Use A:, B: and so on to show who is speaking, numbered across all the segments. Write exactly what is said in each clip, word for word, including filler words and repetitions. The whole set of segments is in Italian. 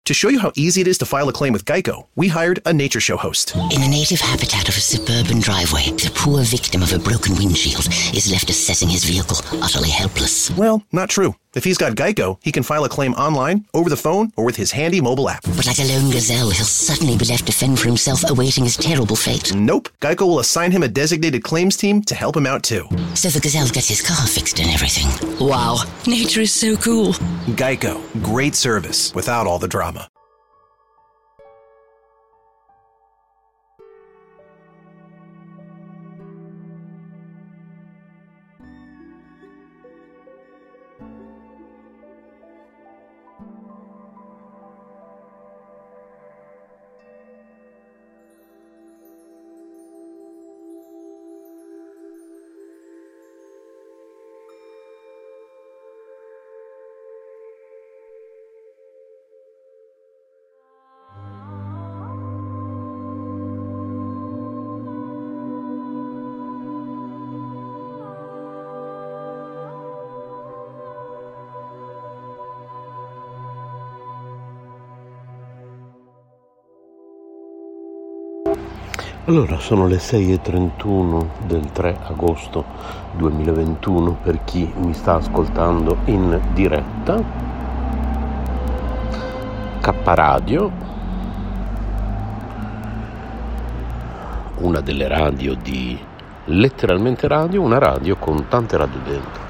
A: To show you how easy it is to file a claim with Geico, we hired a nature show host.
B: In the native habitat of a suburban driveway, the poor victim of a broken windshield is left assessing his vehicle, utterly helpless.
A: Well, not true. If he's got Geico, he can file a claim online, over the phone, or with his handy mobile app.
B: But like a lone gazelle, he'll suddenly be left to fend for himself, awaiting his terrible fate.
A: Nope. Geico will assign him a designated claims team to help him out, too.
B: So the gazelle gets his car fixed and everything. Wow, nature is so cool.
A: Geico. Great service without all the drama.
C: Allora, sono le sei e trentuno del tre agosto duemilaventuno per chi mi sta ascoltando in diretta. K Radio, una delle radio di letteralmente radio, una radio con tante radio dentro.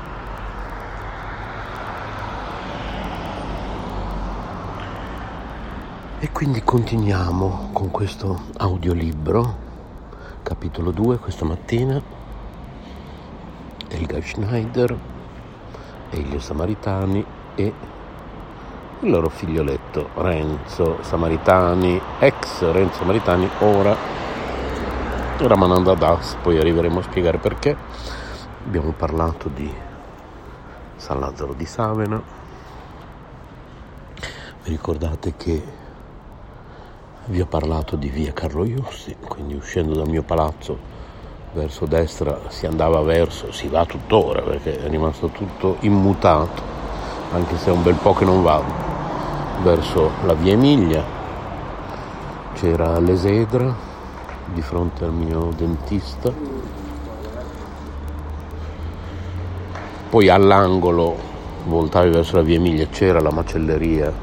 C: E quindi continuiamo con questo audiolibro, capitolo due, questa mattina. Helga Schneider, Elio Samaritani e il loro figlioletto Renzo Samaritani, ex Renzo Samaritani, ora Ramananda Das. Poi arriveremo a spiegare perché. Abbiamo parlato di San Lazzaro di Savena. Vi ricordate che vi ho parlato di via Carlo Iussi, quindi uscendo dal mio palazzo verso destra si andava verso, si va tuttora perché è rimasto tutto immutato, anche se è un bel po' che non vado, verso la via Emilia. C'era l'Esedra di fronte al mio dentista, poi all'angolo voltavi verso la via Emilia, c'era la macelleria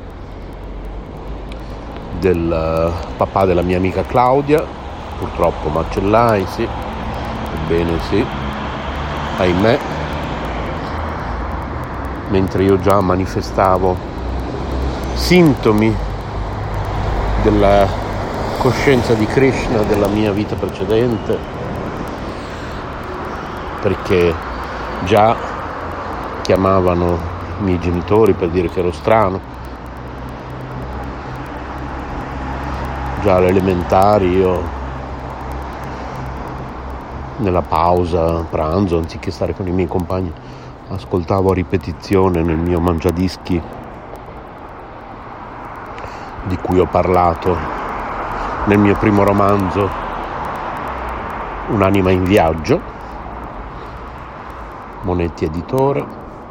C: del papà della mia amica Claudia, purtroppo macellai, sì, ebbene sì, ahimè, mentre io già manifestavo sintomi della coscienza di Krishna della mia vita precedente, perché già chiamavano i miei genitori per dire che ero strano. Già alle elementari io nella pausa pranzo, anziché stare con i miei compagni, ascoltavo a ripetizione nel mio mangiadischi di cui ho parlato nel mio primo romanzo Un'anima in viaggio, Monetti editore,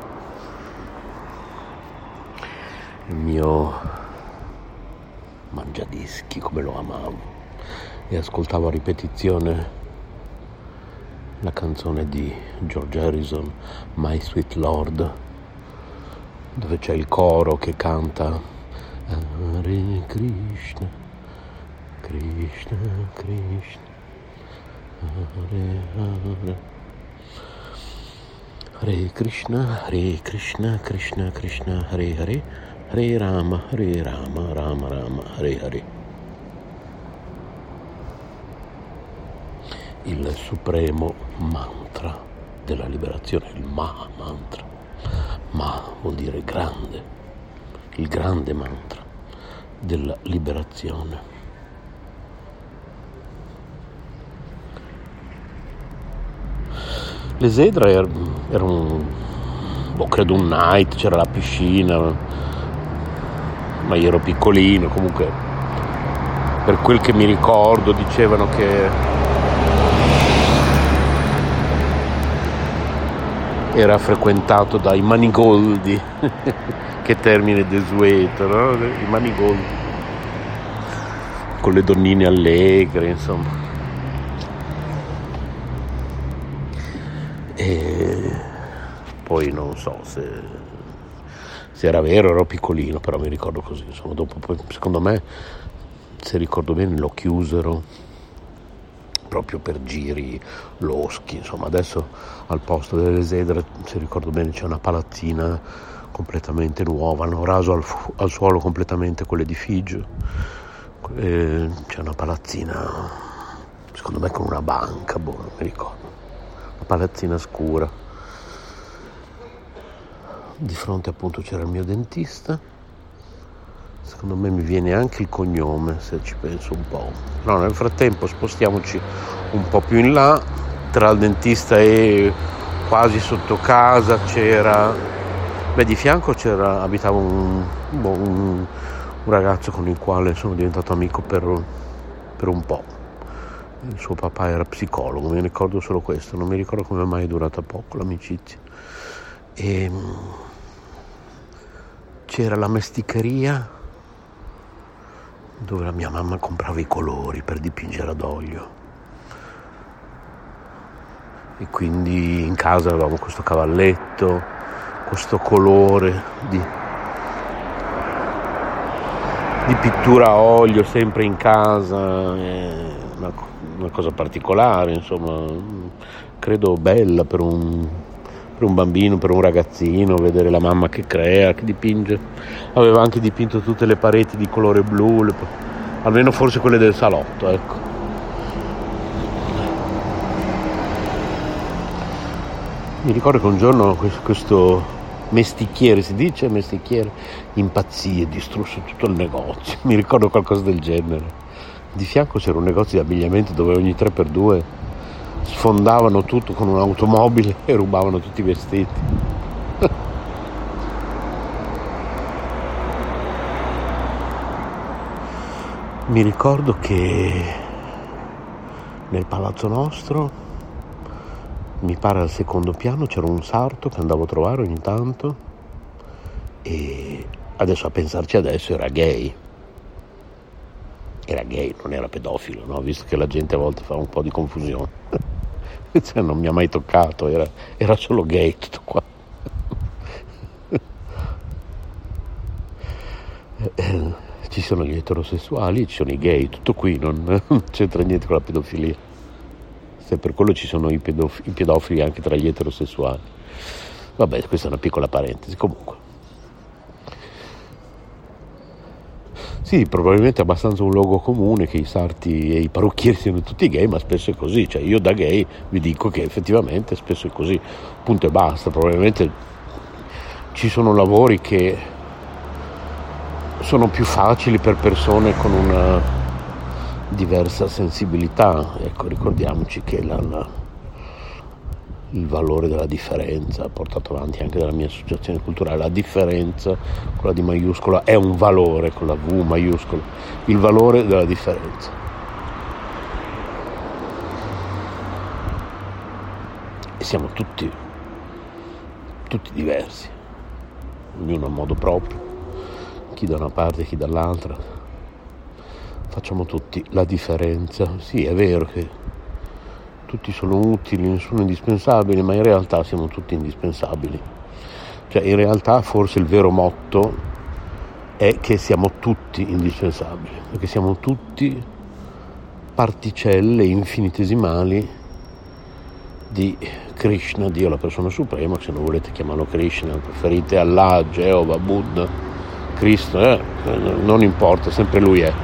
C: il mio mangiadischi come lo amavo, e ascoltavo a ripetizione la canzone di George Harrison, My Sweet Lord, dove c'è il coro che canta Hare Krishna, Krishna Krishna, Hare Hare, Hare Krishna, Hare Krishna, Krishna Krishna, Hare Hare, Hare Rama, Hare Rama, Rama Rama, Hare Hare. Il supremo mantra della liberazione, il Maha Mantra. Ma vuol dire grande, il grande mantra della liberazione. L'Esedra era, era un, boh, credo un night, c'era la piscina, ma io ero piccolino, comunque per quel che mi ricordo dicevano che era frequentato dai manigoldi. Che termine desueto, no? I manigoldi con le donnine allegre, insomma. E poi non so se, se era vero, ero piccolino, però mi ricordo così, insomma. Dopo poi, secondo me, se ricordo bene, lo chiusero proprio per giri loschi, insomma. Adesso al posto dell'esedra, se ricordo bene, c'è una palazzina completamente nuova, hanno raso al, fu- al suolo completamente quell'edificio, e c'è una palazzina, secondo me con una banca, boh, non mi ricordo, una palazzina scura. Di fronte appunto c'era il mio dentista, secondo me mi viene anche il cognome se ci penso un po'. No, nel frattempo spostiamoci un po' più in là, tra il dentista e quasi sotto casa c'era, beh, di fianco c'era, abitava un, un, un ragazzo con il quale sono diventato amico per, per un po'. Il suo papà era psicologo, mi ricordo solo questo, non mi ricordo come mai è durata poco l'amicizia. E c'era la mesticheria dove la mia mamma comprava i colori per dipingere ad olio, e quindi in casa avevamo questo cavalletto, questo colore di, di pittura a olio sempre in casa, una, una cosa particolare, insomma, credo bella per un, per un bambino, per un ragazzino, vedere la mamma che crea, che dipinge. Aveva anche dipinto tutte le pareti di colore blu, le, almeno forse quelle del salotto, ecco. Mi ricordo che un giorno questo mestichiere, si dice mestichiere, impazzì e distrusse tutto il negozio, mi ricordo qualcosa del genere. Di fianco c'era un negozio di abbigliamento dove ogni tre per due sfondavano tutto con un'automobile e rubavano tutti i vestiti. Mi ricordo che nel palazzo nostro, mi pare al secondo piano, c'era un sarto che andavo a trovare ogni tanto, e adesso a pensarci adesso era gay. Era gay, non era pedofilo, no? Visto che la gente a volte fa un po' di confusione. Cioè, non mi ha mai toccato, era, era solo gay tutto qua. Ci sono gli eterosessuali, ci sono i gay, tutto qui, non, non c'entra niente con la pedofilia. Se per quello ci sono i, pedof- i pedofili anche tra gli eterosessuali. Vabbè, questa è una piccola parentesi. Comunque, sì, probabilmente è abbastanza un luogo comune che i sarti e i parrucchieri siano tutti gay, ma spesso è così. Cioè, io da gay vi dico che effettivamente spesso è così, punto e basta. Probabilmente ci sono lavori che sono più facili per persone con una diversa sensibilità. Ecco, ricordiamoci che la, la, il valore della differenza, portato avanti anche dalla mia associazione culturale, la differenza, quella di maiuscola, è un valore con la V maiuscola, il valore della differenza. E siamo tutti, tutti diversi, ognuno a modo proprio, chi da una parte, chi dall'altra. Facciamo tutti la differenza. Sì, è vero che tutti sono utili, nessuno è indispensabile, ma in realtà siamo tutti indispensabili. Cioè, in realtà forse il vero motto è che siamo tutti indispensabili, perché siamo tutti particelle infinitesimali di Krishna, Dio la persona suprema, se non volete chiamarlo Krishna, preferite Allah, Geova, Buddha, Cristo, eh, non importa, sempre lui è.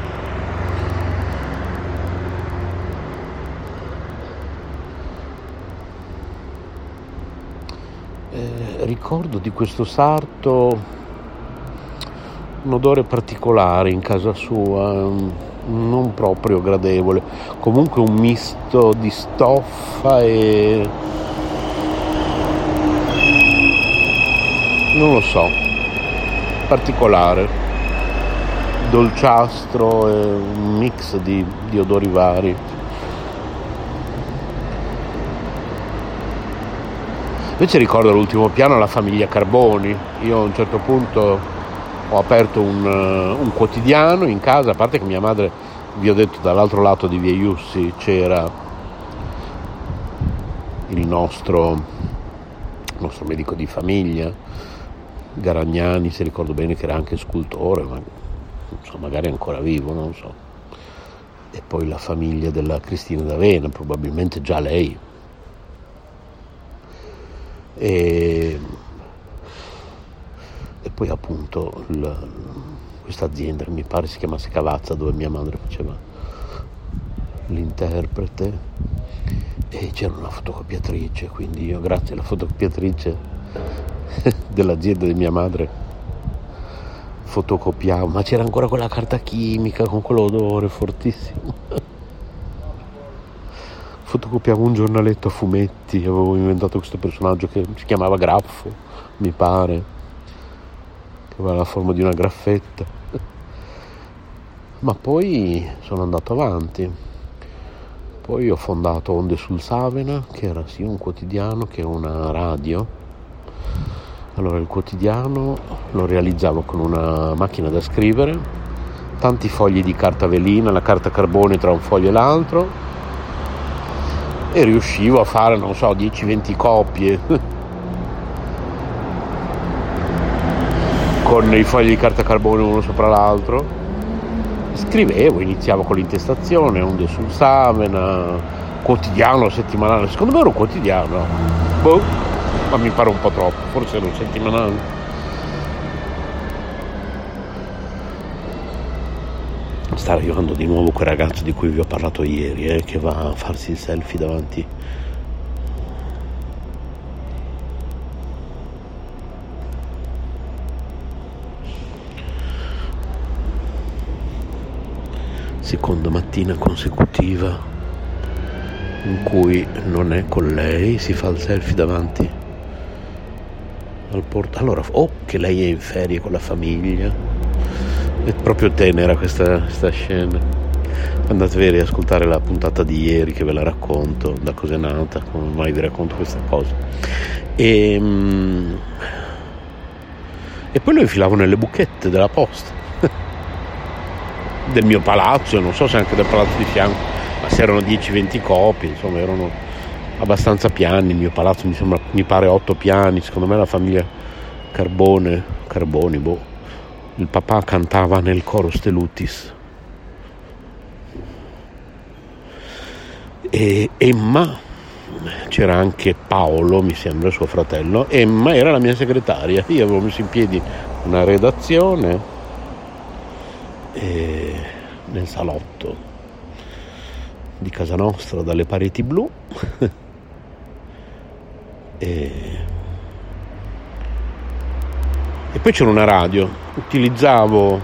C: Ricordo di questo sarto un odore particolare in casa sua, non proprio gradevole, comunque un misto di stoffa e non lo so, particolare, dolciastro e un mix di, di odori vari. Invece ricordo all'ultimo piano la famiglia Carboni. Io a un certo punto ho aperto un, un quotidiano in casa, a parte che mia madre, vi ho detto, dall'altro lato di via Iussi c'era il nostro, il nostro medico di famiglia, Garagnani, se ricordo bene, che era anche scultore, ma non so, magari è ancora vivo, non so. E poi la famiglia della Cristina D'Avena, probabilmente già lei. E, e poi appunto questa azienda che mi pare si chiamasse Cavazza, dove mia madre faceva l'interprete, e c'era una fotocopiatrice, quindi io grazie alla fotocopiatrice dell'azienda di mia madre fotocopiavo, ma c'era ancora quella carta chimica con quell'odore fortissimo. Fotocopiavo un giornaletto a fumetti, avevo inventato questo personaggio che si chiamava Graffo, mi pare, che aveva la forma di una graffetta. Ma poi sono andato avanti, poi ho fondato Onde sul Savena, che era sia un quotidiano che una radio. Allora il quotidiano lo realizzavo con una macchina da scrivere, tanti fogli di carta velina, la carta carbone tra un foglio e l'altro, e riuscivo a fare, non so, dieci venti copie con i fogli di carta carbone uno sopra l'altro. Scrivevo, iniziavo con l'intestazione, Onde sul Savena, quotidiano, settimanale, secondo me era un quotidiano, boh, ma mi pare un po' troppo, forse era un settimanale. Sta arrivando di nuovo quel ragazzo di cui vi ho parlato ieri, eh, che va a farsi il selfie davanti. Seconda mattina consecutiva in cui non è con lei, si fa il selfie davanti al porto. Allora, o che lei è in ferie con la famiglia. È proprio tenera questa, questa scena. Andatevi a riascoltare la puntata di ieri che ve la racconto, da cos'è nata, come mai vi racconto questa cosa. E, e poi lo infilavo nelle buchette della posta del mio palazzo, non so se anche del palazzo di fianco, ma se erano dieci venti copie, insomma erano abbastanza piani. Il mio palazzo mi sembra, mi pare otto piani, secondo me la famiglia Carbone, Carboni, boh. Il papà cantava nel coro Stelutis. E Emma, c'era anche Paolo, mi sembra, suo fratello. Emma era la mia segretaria. Io avevo messo in piedi una redazione e nel salotto di casa nostra, dalle pareti blu. e E poi c'era una radio, utilizzavo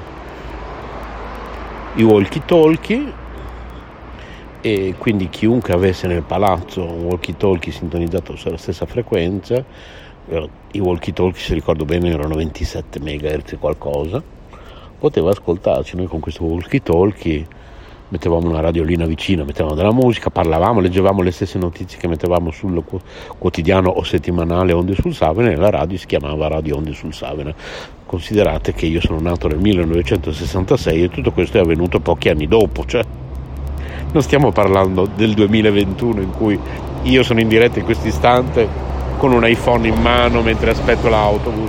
C: i walkie talkie, e quindi chiunque avesse nel palazzo un walkie talkie sintonizzato sulla stessa frequenza, i walkie talkie, se ricordo bene, erano ventisette megahertz qualcosa, poteva ascoltarci. Noi con questo walkie talkie mettevamo una radiolina vicina, mettevamo della musica, parlavamo, leggevamo le stesse notizie che mettevamo sul quotidiano o settimanale Onde sul Savena, e la radio si chiamava Radio Onde sul Savena. Considerate che io sono nato nel millenovecentosessantasei e tutto questo è avvenuto pochi anni dopo, cioè non stiamo parlando del duemilaventuno in cui io sono in diretta in questo istante con un iPhone in mano mentre aspetto l'autobus.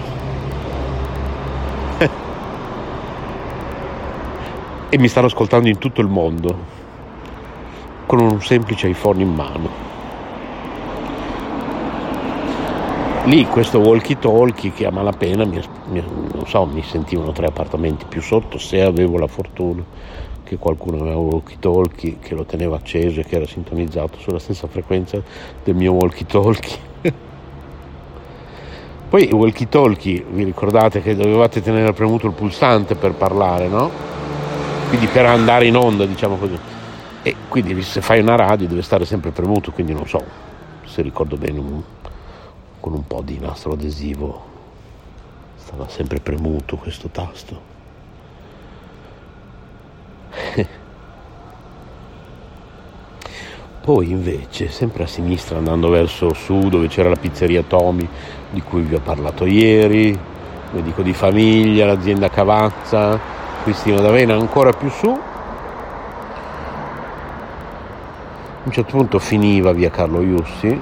C: E mi stanno ascoltando in tutto il mondo con un semplice iPhone in mano. Lì questo walkie talkie che a malapena mi, mi, non so, mi sentivano tre appartamenti più sotto, se avevo la fortuna che qualcuno aveva un walkie talkie che lo teneva acceso e che era sintonizzato sulla stessa frequenza del mio walkie talkie. Poi i walkie talkie, vi ricordate che dovevate tenere premuto il pulsante per parlare, no? Quindi per andare in onda, diciamo così. E quindi se fai una radio deve stare sempre premuto, quindi non so, se ricordo bene, un, con un po' di nastro adesivo stava sempre premuto questo tasto. Poi invece, sempre a sinistra, andando verso su, dove c'era la pizzeria Tomi, di cui vi ho parlato ieri, medico di famiglia, l'azienda Cavazza, Cristina d'Avena, ancora più su. A un certo punto finiva via Carlo Iussi,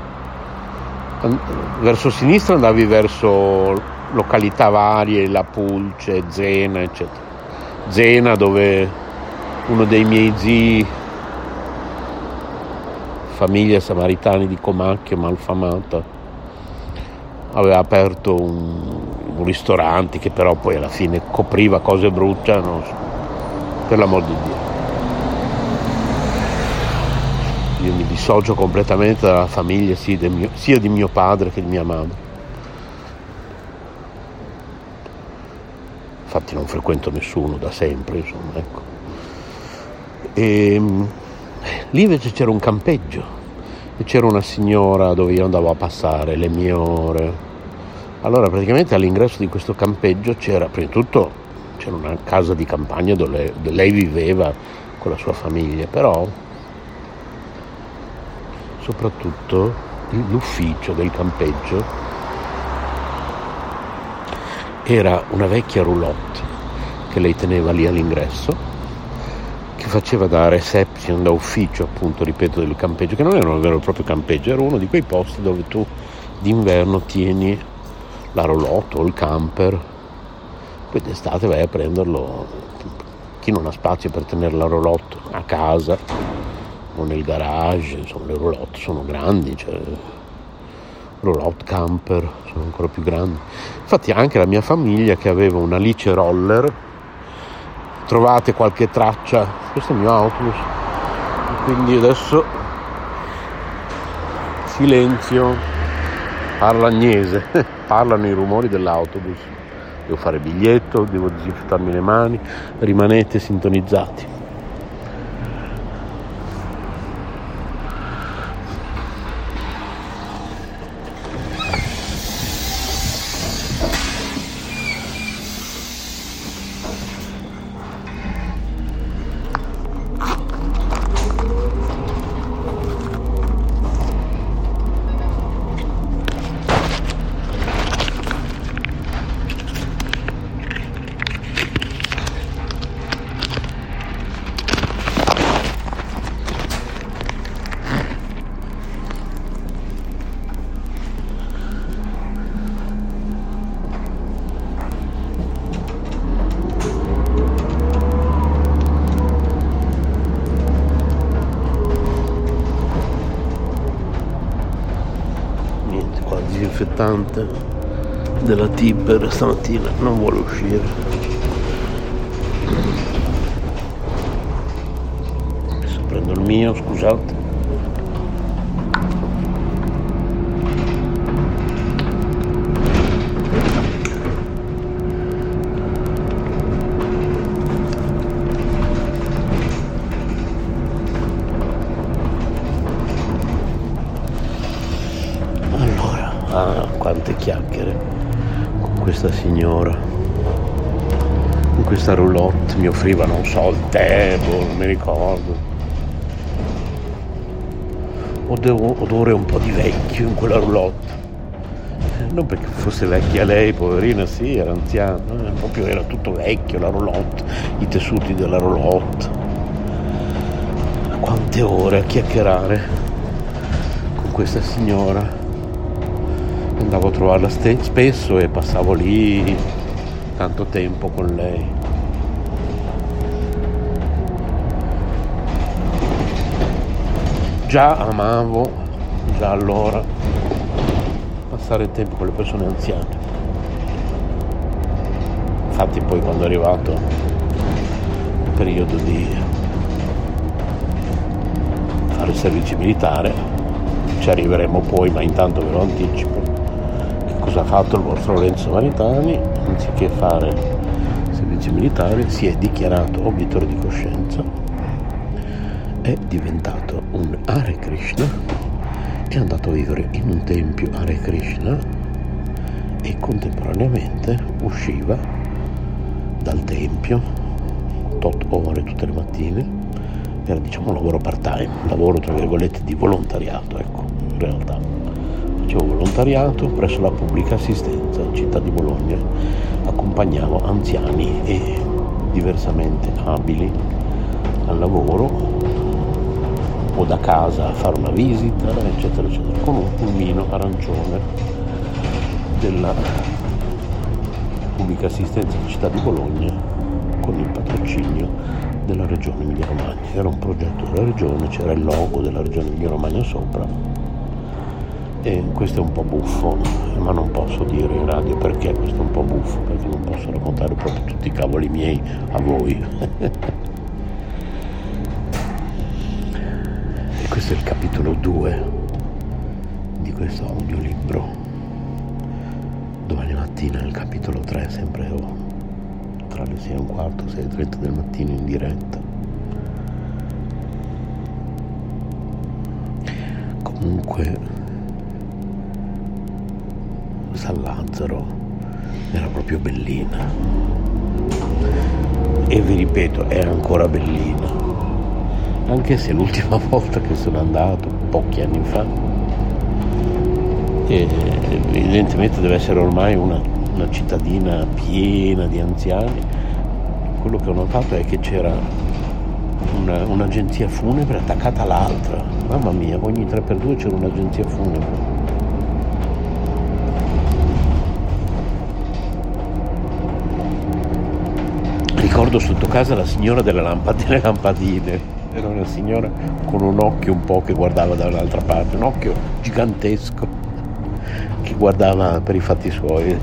C: verso sinistra andavi verso località varie, La Pulce, Zena, eccetera. Zena, dove uno dei miei zii, famiglia Samaritani di Comacchio, malfamata, aveva aperto un, un ristorante che però poi alla fine copriva cose brutte, non so, per l'amor di Dio. Io mi dissocio completamente dalla famiglia sia, del mio, sia di mio padre che di mia madre. Infatti non frequento nessuno da sempre, insomma, ecco. E lì invece c'era un campeggio e c'era una signora dove io andavo a passare le mie ore. Allora praticamente all'ingresso di questo campeggio c'era, prima di tutto, c'era una casa di campagna dove lei, dove lei viveva con la sua famiglia, però soprattutto l'ufficio del campeggio era una vecchia roulotte che lei teneva lì all'ingresso, che faceva da reception, da ufficio appunto, ripeto, del campeggio, che non era un vero e proprio campeggio, era uno di quei posti dove tu d'inverno tieni la roulotte o il camper, poi d'estate vai a prenderlo. Chi non ha spazio per tenere la roulotte a casa o nel garage, insomma le roulotte sono grandi, cioè roulotte camper sono ancora più grandi. Infatti anche la mia famiglia, che aveva una Lice Roller, trovate qualche traccia, questo è il mio autobus, quindi adesso silenzio, parla Agnese, parlano i rumori dell'autobus, devo fare biglietto, devo disinfettarmi le mani, rimanete sintonizzati. Disinfettante della Tipper stamattina non vuole uscire. Adesso prendo il mio, scusate. Ah, quante chiacchiere con questa signora, con questa roulotte, mi offriva, non so, il tè, non mi ricordo. Odore un po' di vecchio in quella roulotte, non perché fosse vecchia lei, poverina, sì, era anziana, eh, proprio era tutto vecchio, la roulotte, i tessuti della roulotte. Quante ore a chiacchierare con questa signora. Andavo a trovarla st- spesso e passavo lì tanto tempo con lei. Già amavo, già allora, passare il tempo con le persone anziane. Infatti poi quando è arrivato il periodo di fare il servizio militare, ci arriveremo poi, ma intanto ve lo anticipo. Cosa ha fatto il vostro Lorenzo Maritani? Anziché fare servizio militare, si è dichiarato obietore di coscienza, è diventato un Hare Krishna, è andato a vivere in un tempio Hare Krishna e contemporaneamente usciva dal tempio tot ore tutte le mattine era, diciamo, un lavoro part-time, un lavoro tra virgolette di volontariato, ecco, in realtà. Facevo volontariato presso la pubblica assistenza città di Bologna, accompagnavo anziani e diversamente abili al lavoro o da casa a fare una visita, eccetera, eccetera, con un pulmino arancione della pubblica assistenza città di Bologna con il patrocinio della regione Emilia-Romagna. Era un progetto della regione, c'era il logo della regione Emilia-Romagna sopra, e questo è un po' buffo, ma non posso dire in radio perché questo è un po' buffo, perché non posso raccontare proprio tutti i cavoli miei a voi. E questo è il capitolo due di questo audiolibro. Domani mattina è il capitolo tre, sempre tra le sei e un quarto, sei e trenta del mattino in diretta. Comunque San Lazzaro era proprio bellina, e vi ripeto, è ancora bellina, anche se l'ultima volta che sono andato, pochi anni fa, e evidentemente deve essere ormai una, una cittadina piena di anziani, quello che ho notato è che c'era una, un'agenzia funebre attaccata all'altra, mamma mia, ogni tre per due c'era un'agenzia funebre. Ricordo sotto casa la signora delle lampadine lampadine, era una signora con un occhio un po' che guardava da un'altra parte, un occhio gigantesco che guardava per i fatti suoi,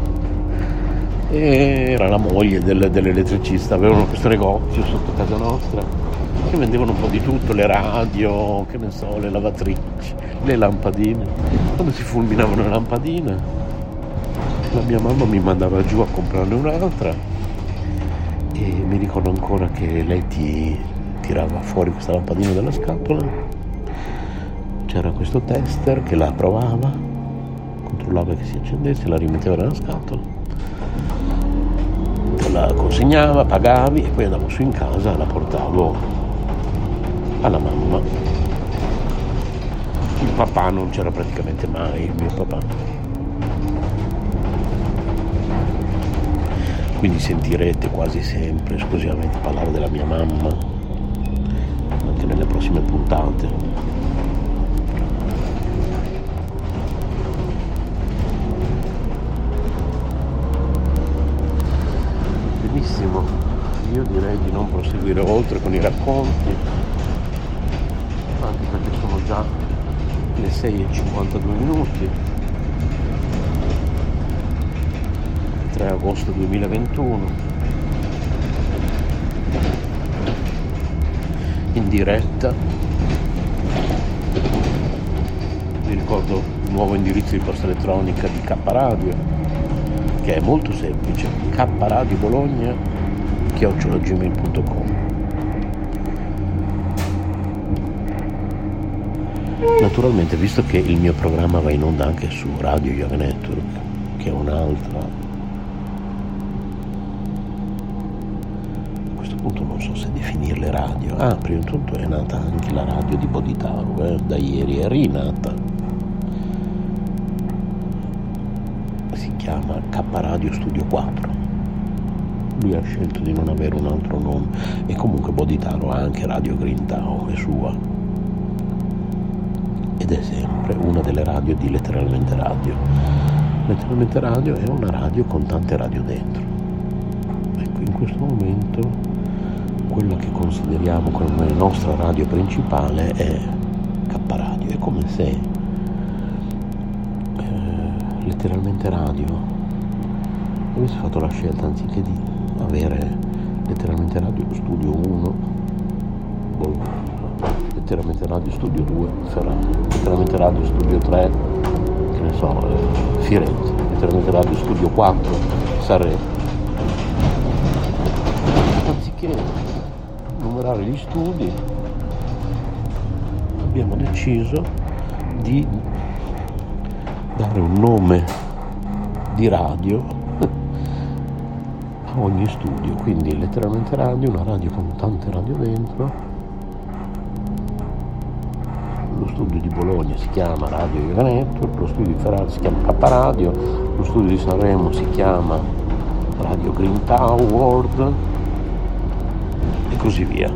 C: e era la moglie del, dell'elettricista. Avevano questo negozio sotto casa nostra che vendevano un po' di tutto, le radio, che ne so, le lavatrici, le lampadine. Quando si fulminavano le lampadine la mia mamma mi mandava giù a comprarne un'altra, e mi ricordo ancora che lei ti tirava fuori questa lampadina dalla scatola, c'era questo tester che la provava, controllava che si accendesse, la rimetteva nella scatola, te la consegnava, pagavi, e poi andavo su in casa e la portavo alla mamma. Il papà non c'era praticamente mai, il mio papà. Quindi sentirete quasi sempre esclusivamente parlare della mia mamma anche nelle prossime puntate. Benissimo, io direi di non proseguire oltre con i racconti, anche perché sono già le sei e cinquantadue minuti. tre agosto duemilaventuno, in diretta. Vi ricordo il nuovo indirizzo di posta elettronica di K Radio, che è molto semplice: k radio bologna chiocciola gmail punto com. Naturalmente, visto che il mio programma va in onda anche su Radio Yoga Network, che è un'altra, non so se definirle radio. Ah, prima di tutto è nata anche la radio di Bodhitaro, eh? Da ieri è rinata, si chiama K Radio Studio quattro. Lui ha scelto di non avere un altro nome, e comunque Bodhitaro ha anche Radio Green Tao, è sua, ed è sempre una delle radio di Letteralmente Radio. Letteralmente Radio è una radio con tante radio dentro. Ecco, in questo momento quella che consideriamo come nostra radio principale è K Radio. È come se eh, Letteralmente Radio avesse fatto la scelta, anziché di avere Letteralmente Radio Studio uno, Bologna, Letteralmente Radio Studio due, Ferrara, Letteralmente Radio Studio tre, che ne so, eh, Firenze, Letteralmente Radio Studio quattro, Sanremo, anziché numerare gli studi, abbiamo deciso di dare un nome di radio a ogni studio. Quindi Letteralmente Radio, una radio con tante radio dentro, studio di Bologna si chiama Radio Yoga Network, lo studio di Ferrara si chiama K Radio, lo studio di Sanremo si chiama Radio Green World e così via.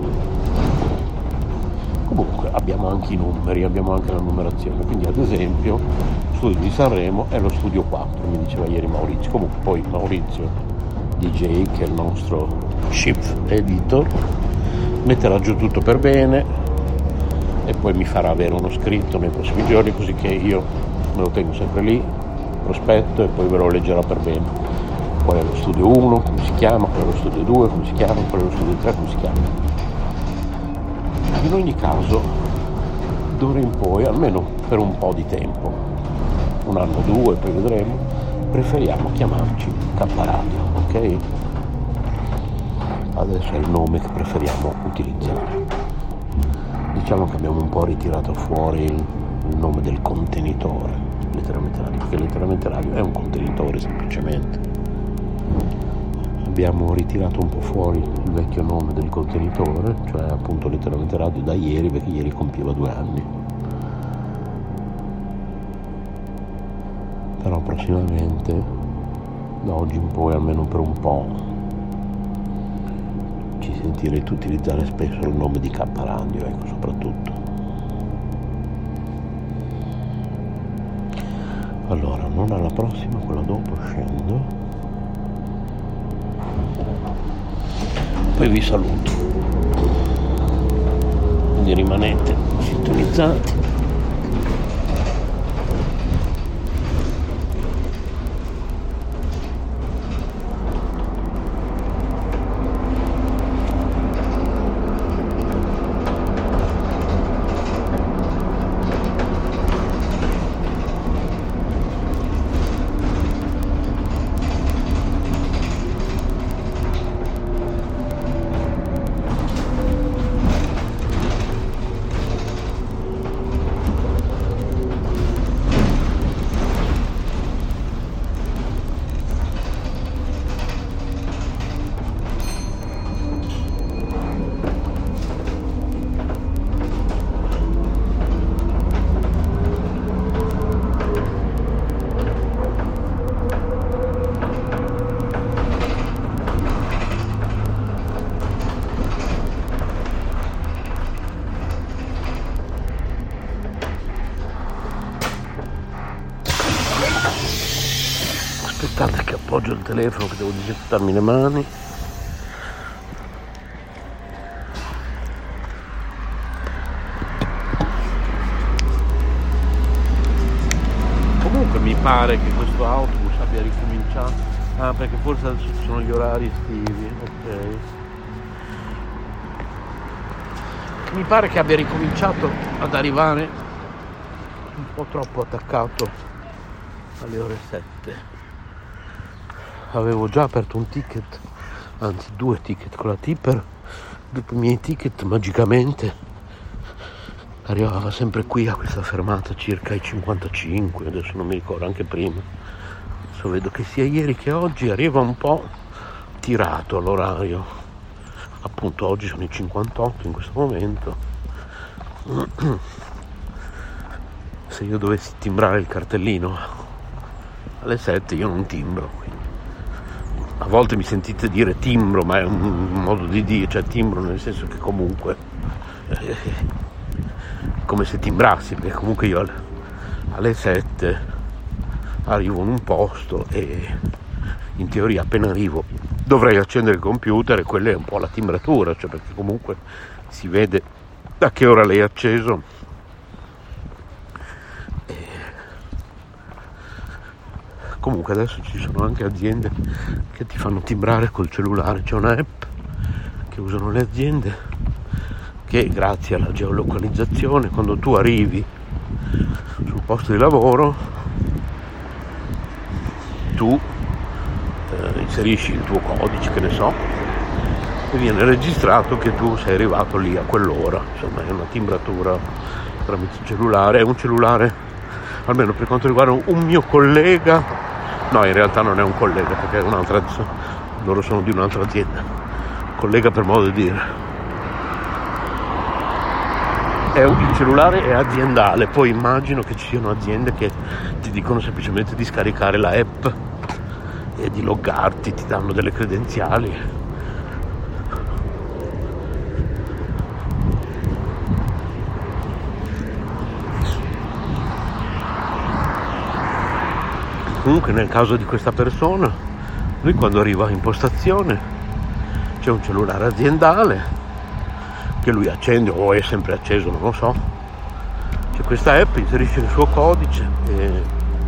C: Comunque abbiamo anche i numeri, abbiamo anche la numerazione, quindi ad esempio lo studio di Sanremo è lo studio quattro, mi diceva ieri Maurizio. Comunque poi Maurizio D J, che è il nostro shift editor, metterà giù tutto per bene e poi mi farà avere uno scritto nei prossimi giorni, così che io me lo tengo sempre lì, prospetto, e poi ve lo leggerò per bene. Qual è lo studio uno, come si chiama, qual è lo studio due, come si chiama, qual è lo studio tre, come si chiama. In ogni caso, d'ora in poi, almeno per un po' di tempo, un anno o due, poi vedremo, preferiamo chiamarci K Radio, ok? Adesso è il nome che preferiamo utilizzare. Diciamo che abbiamo un po' ritirato fuori il, il nome del contenitore, letteralmente radio, perché letteralmente radio è un contenitore semplicemente. Abbiamo ritirato un po' fuori il vecchio nome del contenitore, cioè appunto letteralmente radio, da ieri, perché ieri compiva due anni. Però prossimamente, da oggi in poi, almeno per un po', ci sentirete utilizzare spesso il nome di K Radio, ecco, soprattutto. Allora, non alla prossima, quella dopo scendo. Poi vi saluto, quindi rimanete sintonizzati. Aspettate che appoggio il telefono, che devo disinfettarmi le mani. Comunque mi pare che questo autobus abbia ricominciato. Ah, perché forse adesso ci sono gli orari estivi, ok. Mi pare che abbia ricominciato ad arrivare un po' troppo attaccato alle ore sette. Avevo già aperto un ticket, anzi due ticket con la tipper. I miei ticket magicamente arrivava sempre qui a questa fermata, circa ai cinquantacinque, adesso non mi ricordo, anche prima. Adesso vedo che sia ieri che oggi arriva un po' tirato all'orario. Appunto oggi sono i cinquantotto in questo momento. Se io dovessi timbrare il cartellino alle sette, io non timbro, quindi. A volte mi sentite dire timbro, ma è un modo di dire, cioè timbro nel senso che comunque eh, come se timbrassi, perché comunque io alle sette arrivo in un posto e in teoria appena arrivo dovrei accendere il computer, e quella è un po' la timbratura, cioè perché comunque si vede da che ora l'hai acceso. Comunque adesso ci sono anche aziende che ti fanno timbrare col cellulare, c'è una app che usano le aziende che, grazie alla geolocalizzazione, quando tu arrivi sul posto di lavoro, tu eh, inserisci il tuo codice, che ne so, e viene registrato che tu sei arrivato lì a quell'ora. Insomma, è una timbratura tramite cellulare. È un cellulare, almeno per quanto riguarda un mio collega. No, in realtà non è un collega, perché è un'altra, loro sono di un'altra azienda. Collega per modo di dire. è un, il cellulare è aziendale, poi immagino che ci siano aziende che ti dicono semplicemente di scaricare la app e di loggarti, ti danno delle credenziali. Comunque nel caso di questa persona, lui quando arriva in postazione c'è un cellulare aziendale che lui accende o è sempre acceso, non lo so. C'è questa app, inserisce il suo codice e,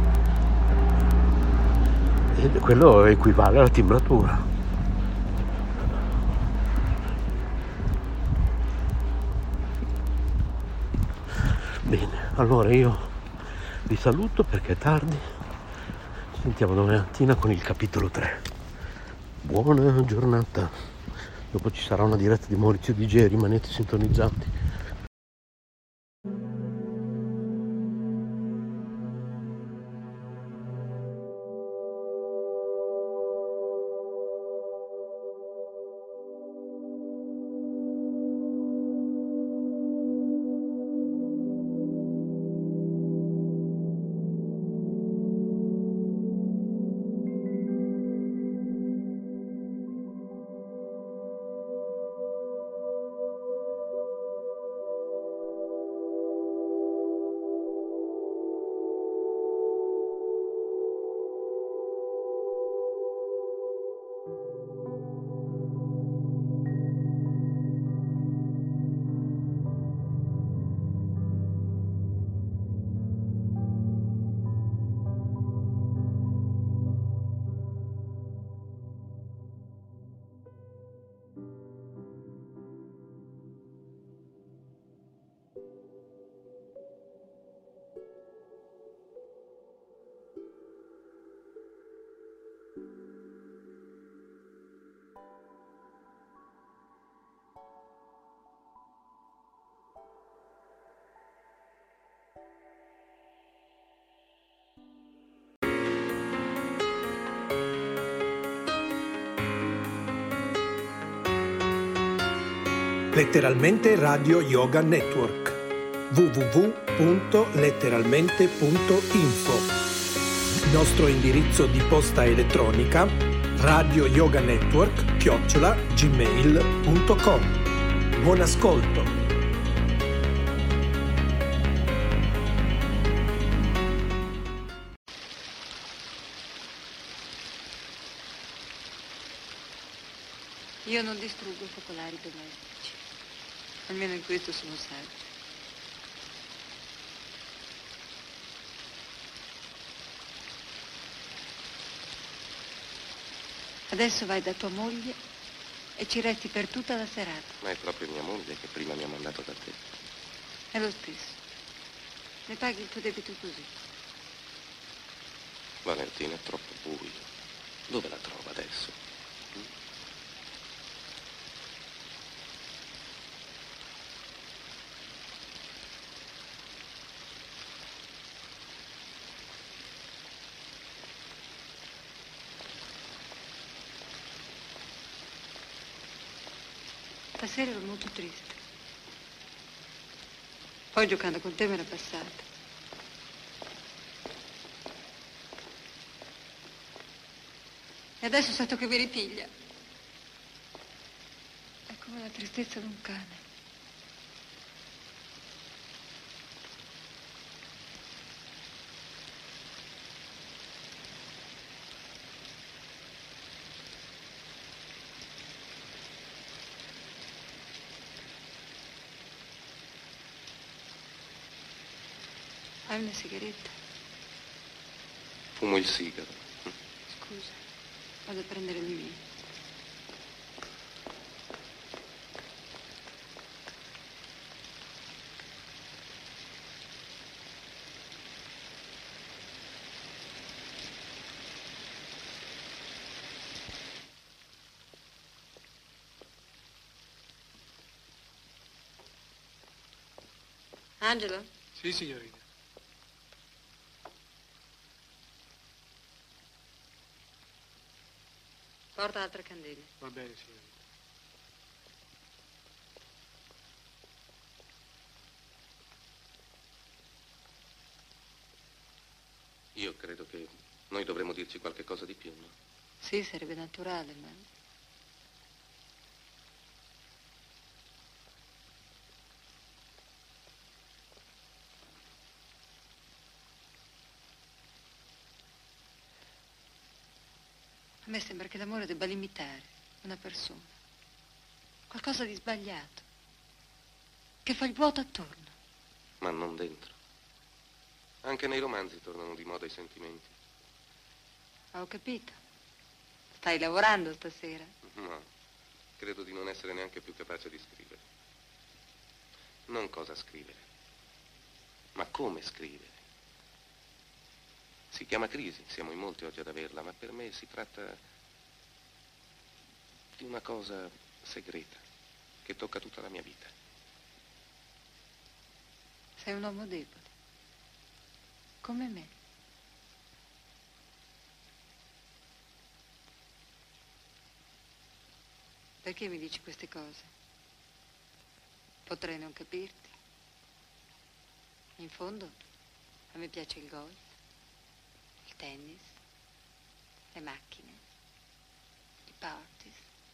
C: e quello equivale alla timbratura. Bene, allora io vi saluto perché è tardi. Ci sentiamo domani mattina con il capitolo tre. Buona giornata. Dopo ci sarà una diretta di Maurizio D J, rimanete sintonizzati.
D: Letteralmente Radio Yoga Network w w w punto letteralmente punto info. Nostro indirizzo di posta elettronica radio yoga network chiocciola gmail punto com. Buon ascolto.
E: Io non distruggo focolari domestici, almeno in questo sono saggia. Adesso vai da tua moglie e ci resti per tutta la serata.
F: Ma è proprio mia moglie che prima mi ha mandato da te.
E: È lo stesso. Ne paghi il tuo debito così.
F: Valentina, è troppo buio. Dove la trovo adesso?
E: Stasera ero molto triste. Poi giocando con te me l'è passata. E adesso sento che mi ripiglia. È come la tristezza di un cane. Hai una sigaretta?
F: Fumo il sigaro.
E: Scusa, vado a prendere le mie. Angelo?
G: Sì, signorina.
E: Porta altre candele.
G: Va bene, signorina.
F: dovremmo dirci qualche cosa di più, no?
E: Sì, sarebbe naturale, ma... A me sembra che l'amore debba limitare una persona. Qualcosa di sbagliato. Che fa il vuoto attorno.
F: Ma non dentro. Anche nei romanzi tornano di moda i sentimenti.
E: Ho capito. Stai lavorando stasera?
F: No, credo di non essere neanche più capace di scrivere. Non cosa scrivere, ma come scrivere. Si chiama crisi, siamo in molti oggi ad averla, ma per me si tratta di una cosa segreta che tocca tutta la mia vita.
E: Sei un uomo debole, come me. Perché mi dici queste cose? Potrei non capirti. In fondo, a me piace il golf, il tennis, le macchine, i parties.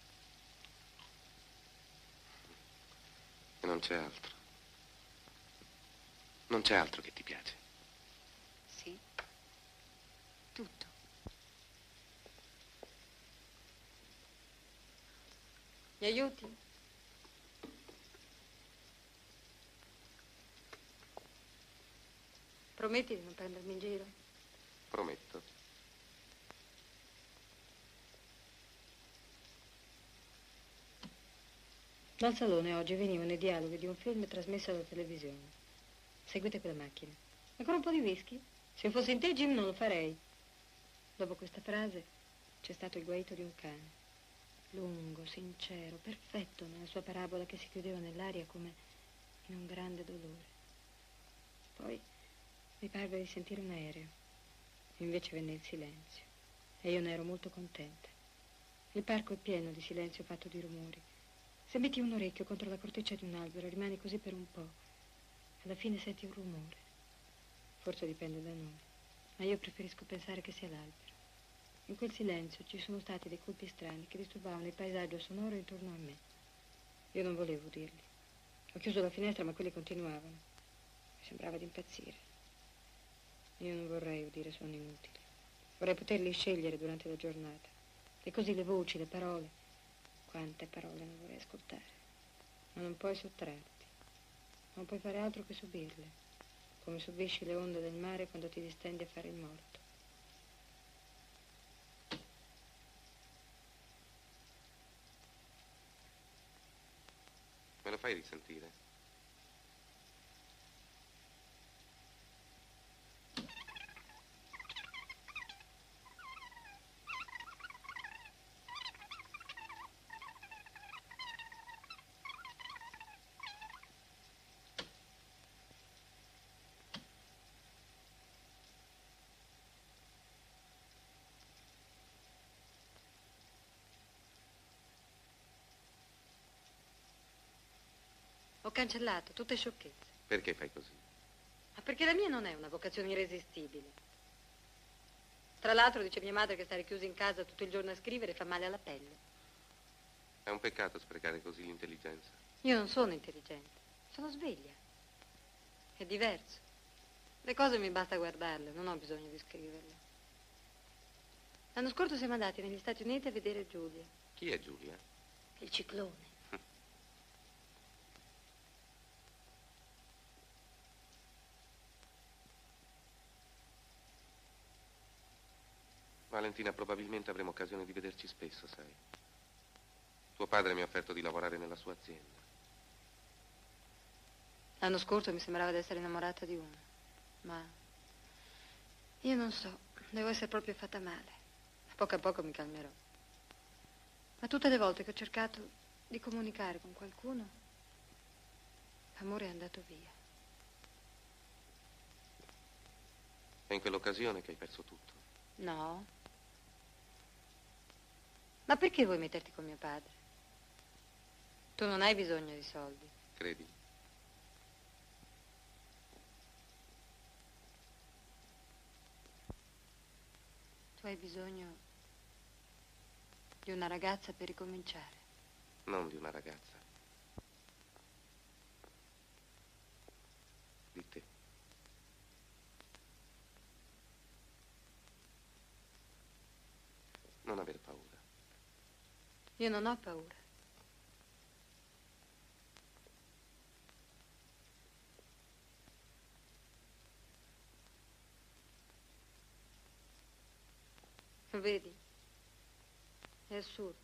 F: E non c'è altro. Non c'è altro che ti piace.
E: Sì, tutto. Mi aiuti? Prometti di non prendermi in giro?
F: Prometto.
E: Dal salone oggi venivano i dialoghi di un film trasmesso alla televisione. Seguite quella macchina. Ancora un po' di whisky? Se io fossi in te, Jim, non lo farei. Dopo questa frase c'è stato il guaito di un cane. Lungo, sincero, perfetto nella sua parabola che si chiudeva nell'aria come in un grande dolore. Poi mi parve di sentire un aereo. Invece venne il silenzio. E io ne ero molto contenta. Il parco è pieno di silenzio fatto di rumori. Se metti un orecchio contro la corteccia di un albero, rimani così per un po'. Alla fine senti un rumore. Forse dipende da noi. Ma io preferisco pensare che sia l'albero. In quel silenzio ci sono stati dei colpi strani che disturbavano il paesaggio sonoro intorno a me. Io non volevo udirli. Ho chiuso la finestra, ma quelli continuavano. Mi sembrava di impazzire. Io non vorrei udire suoni inutili. Vorrei poterli scegliere durante la giornata. E così le voci, le parole. Quante parole non vorrei ascoltare. Ma non puoi sottrarti. Non puoi fare altro che subirle. Come subisci le onde del mare quando ti distendi a fare il morto.
F: Me lo fai risentire?
E: Ho cancellato tutte sciocchezze.
F: Perché fai così?
E: Ma perché la mia non è una vocazione irresistibile. Tra l'altro dice mia madre che stare chiusi in casa tutto il giorno a scrivere fa male alla pelle.
F: È un peccato sprecare così l'intelligenza.
E: Io non sono intelligente, sono sveglia. È diverso. Le cose mi basta guardarle, non ho bisogno di scriverle. L'anno scorso siamo andati negli Stati Uniti a vedere Giulia.
F: Chi è Giulia?
E: Il ciclone.
F: Valentina, probabilmente avremo occasione di vederci spesso, sai. Tuo padre mi ha offerto di lavorare nella sua azienda.
E: L'anno scorso mi sembrava di essere innamorata di uno, ma io non so, devo essere proprio fatta male. A poco a poco mi calmerò. Ma tutte le volte che ho cercato di comunicare con qualcuno, l'amore è andato via.
F: È in quell'occasione che hai perso tutto.
E: No. Ma perché vuoi metterti con mio padre? Tu non hai bisogno di soldi.
F: Credi?
E: Tu Tu hai bisogno di una ragazza per ricominciare.
F: Non di una ragazza. Di te. Non aver paura.
E: Io non ho paura. Vedi? È assurdo.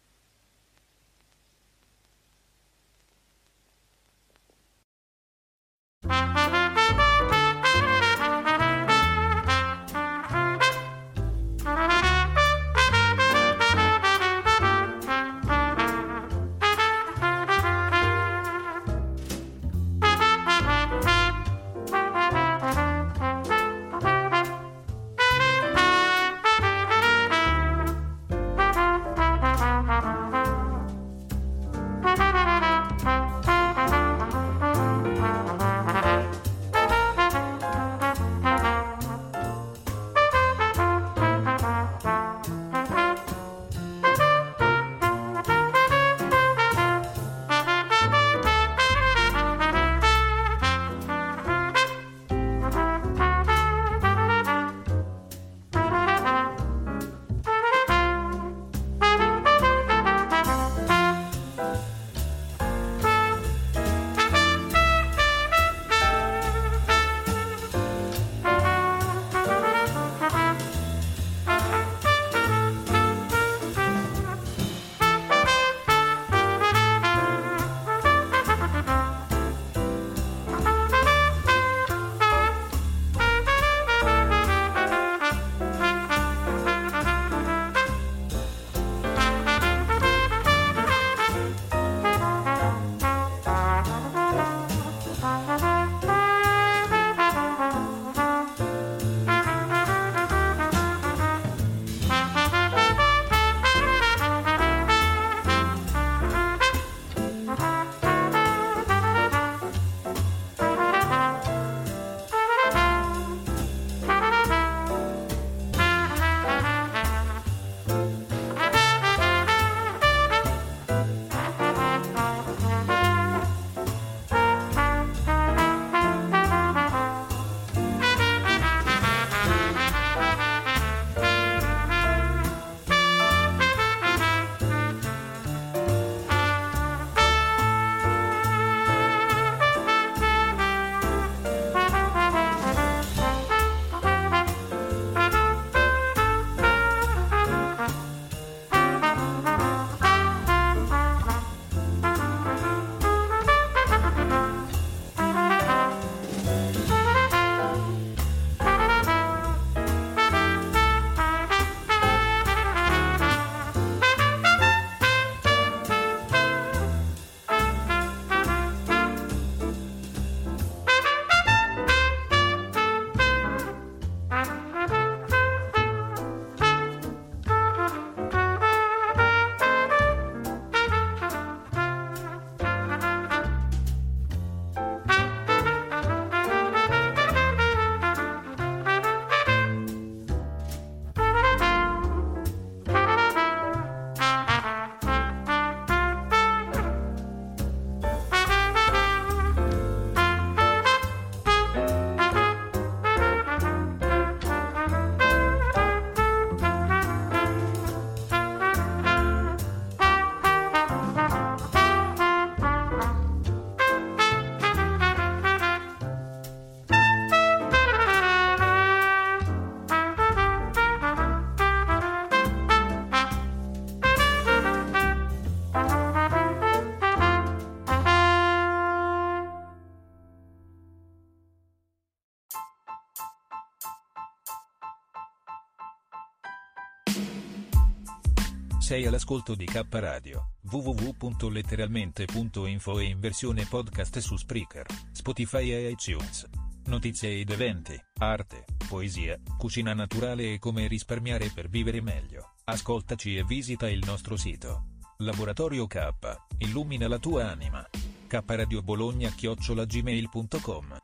G: Sei all'ascolto di K Radio, w w w punto letteralmente punto info e in versione podcast su Spreaker, Spotify e iTunes. Notizie ed eventi, arte, poesia, cucina naturale e come risparmiare per vivere meglio. Ascoltaci e visita il nostro sito. Laboratorio K, illumina la tua anima. K Radio Bologna chiocciola gmail punto com